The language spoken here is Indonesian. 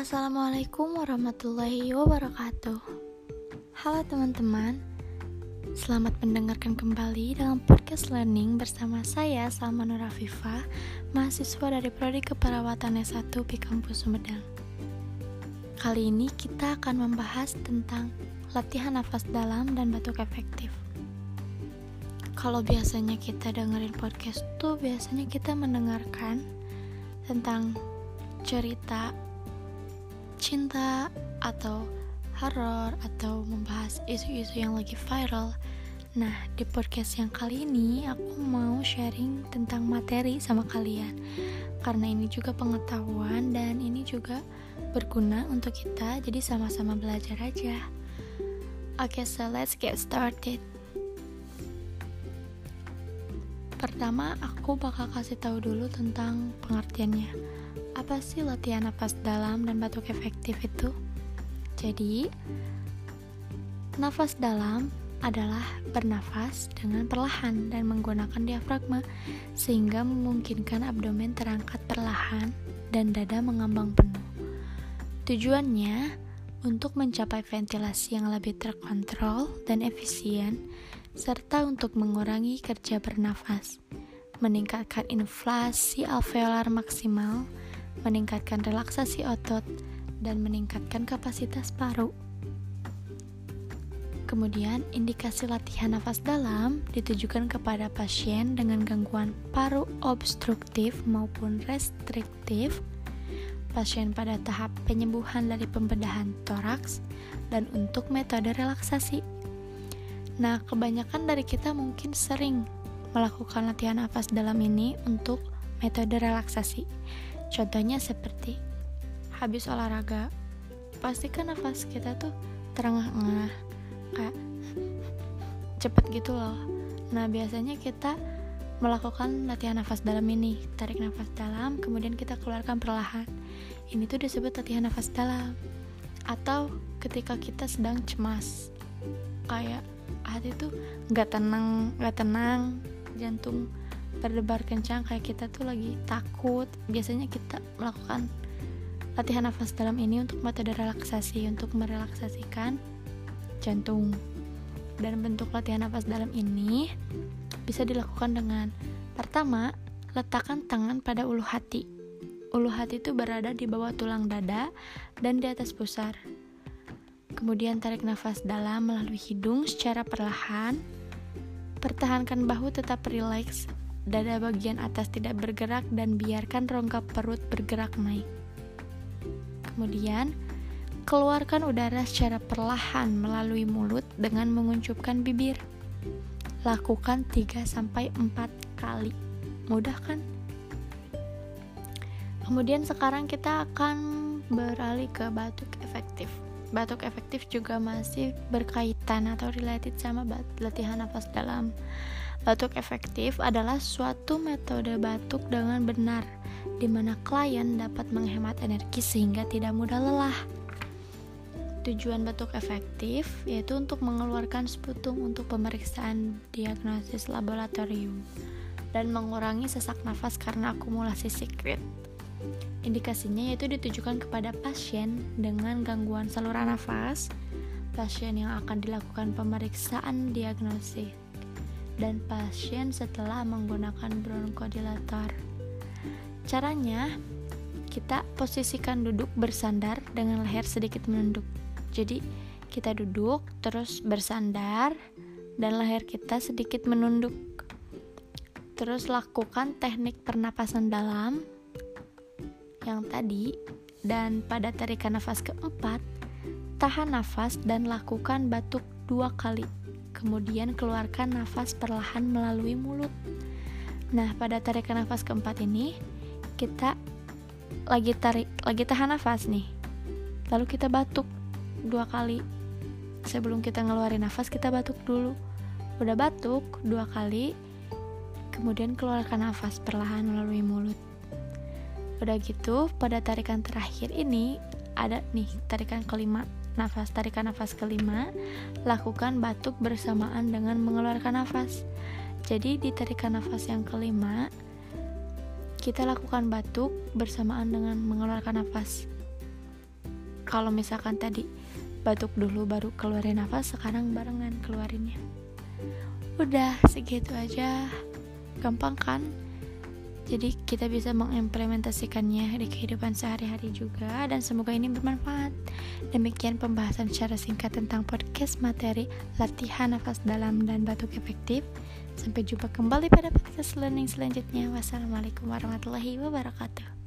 Assalamualaikum warahmatullahi wabarakatuh. Halo teman-teman, selamat mendengarkan kembali dalam podcast learning bersama saya Salma Nur Afifah, mahasiswa dari Prodi Keperawatan S1 di Kampus Sumedang. Kali ini kita akan membahas tentang latihan nafas dalam dan batuk efektif. Kalau biasanya kita dengerin podcast tuh biasanya kita mendengarkan tentang cerita cinta atau horor atau membahas isu-isu yang lagi viral. Nah, di podcast yang kali ini aku mau sharing tentang materi sama kalian karena ini juga pengetahuan dan ini juga berguna untuk kita, jadi sama-sama belajar aja. Oke, so let's get started. Pertama, aku bakal kasih tahu dulu tentang pengertiannya. Apa sih latihan nafas dalam dan batuk efektif itu? Jadi, nafas dalam adalah bernafas dengan perlahan dan menggunakan diafragma sehingga memungkinkan abdomen terangkat perlahan dan dada mengambang penuh. Tujuannya untuk mencapai ventilasi yang lebih terkontrol dan efisien serta untuk mengurangi kerja bernafas, meningkatkan inflasi alveolar maksimal, meningkatkan relaksasi otot, dan meningkatkan kapasitas paru. Kemudian, indikasi latihan nafas dalam ditujukan kepada pasien dengan gangguan paru obstruktif maupun restriktif, pasien pada tahap penyembuhan dari pembedahan toraks, dan untuk metode relaksasi. Nah, kebanyakan dari kita mungkin sering melakukan latihan nafas dalam ini untuk metode relaksasi. Contohnya seperti habis olahraga, pastikan nafas kita tuh terengah-engah, kayak cepet gitu loh. Nah, biasanya kita melakukan latihan nafas dalam ini, tarik nafas dalam, kemudian kita keluarkan perlahan. Ini tuh disebut latihan nafas dalam. Atau ketika kita sedang cemas, kayak hati tuh nggak tenang, jantung berdebar kencang, kayak kita tuh lagi takut. Biasanya kita melakukan latihan nafas dalam ini untuk metode relaksasi, untuk merelaksasikan jantung. Dan bentuk latihan nafas dalam ini bisa dilakukan dengan pertama, letakkan tangan pada ulu hati. Ulu hati itu berada di bawah tulang dada dan di atas pusar. Kemudian tarik nafas dalam melalui hidung secara perlahan. Pertahankan bahu tetap rileks, dada bagian atas tidak bergerak, dan biarkan rongga perut bergerak naik. Kemudian, keluarkan udara secara perlahan melalui mulut dengan menguncupkan bibir. Lakukan 3-4 kali. Mudah kan? Kemudian sekarang kita akan beralih ke batuk efektif. Batuk efektif juga masih berkaitan atau related sama latihan nafas dalam. Batuk efektif adalah suatu metode batuk dengan benar, di mana klien dapat menghemat energi sehingga tidak mudah lelah. Tujuan batuk efektif yaitu untuk mengeluarkan sputum untuk pemeriksaan diagnosis laboratorium dan mengurangi sesak nafas karena akumulasi sekret. Indikasinya yaitu ditujukan kepada pasien dengan gangguan saluran nafas, pasien yang akan dilakukan pemeriksaan diagnosis, dan pasien setelah menggunakan bronkodilator. Caranya, kita posisikan duduk bersandar dengan leher sedikit menunduk. Jadi, kita duduk terus bersandar dan leher kita sedikit menunduk. Terus lakukan teknik pernapasan dalam yang tadi, dan pada tarikan nafas keempat, tahan nafas dan lakukan batuk 2 kali. Kemudian keluarkan nafas perlahan melalui mulut. Nah, pada tarikan nafas keempat ini kita lagi tahan nafas nih. Lalu kita batuk 2 kali. Sebelum kita ngeluarin nafas, kita batuk dulu. Udah batuk 2 kali, kemudian keluarkan nafas perlahan melalui mulut. Udah gitu, pada tarikan terakhir ini ada nih tarikan kelima. Tarikan nafas kelima, lakukan batuk bersamaan dengan mengeluarkan nafas. Jadi di tarikan nafas yang kelima, kita lakukan batuk bersamaan dengan mengeluarkan nafas. Kalau misalkan tadi batuk dulu baru keluarin nafas, sekarang barengan keluarinnya. Udah segitu aja, gampang kan? Jadi kita bisa mengimplementasikannya di kehidupan sehari-hari juga, dan semoga ini bermanfaat. Demikian pembahasan secara singkat tentang podcast materi latihan nafas dalam dan batuk efektif. Sampai jumpa kembali pada podcast learning selanjutnya. Wassalamualaikum warahmatullahi wabarakatuh.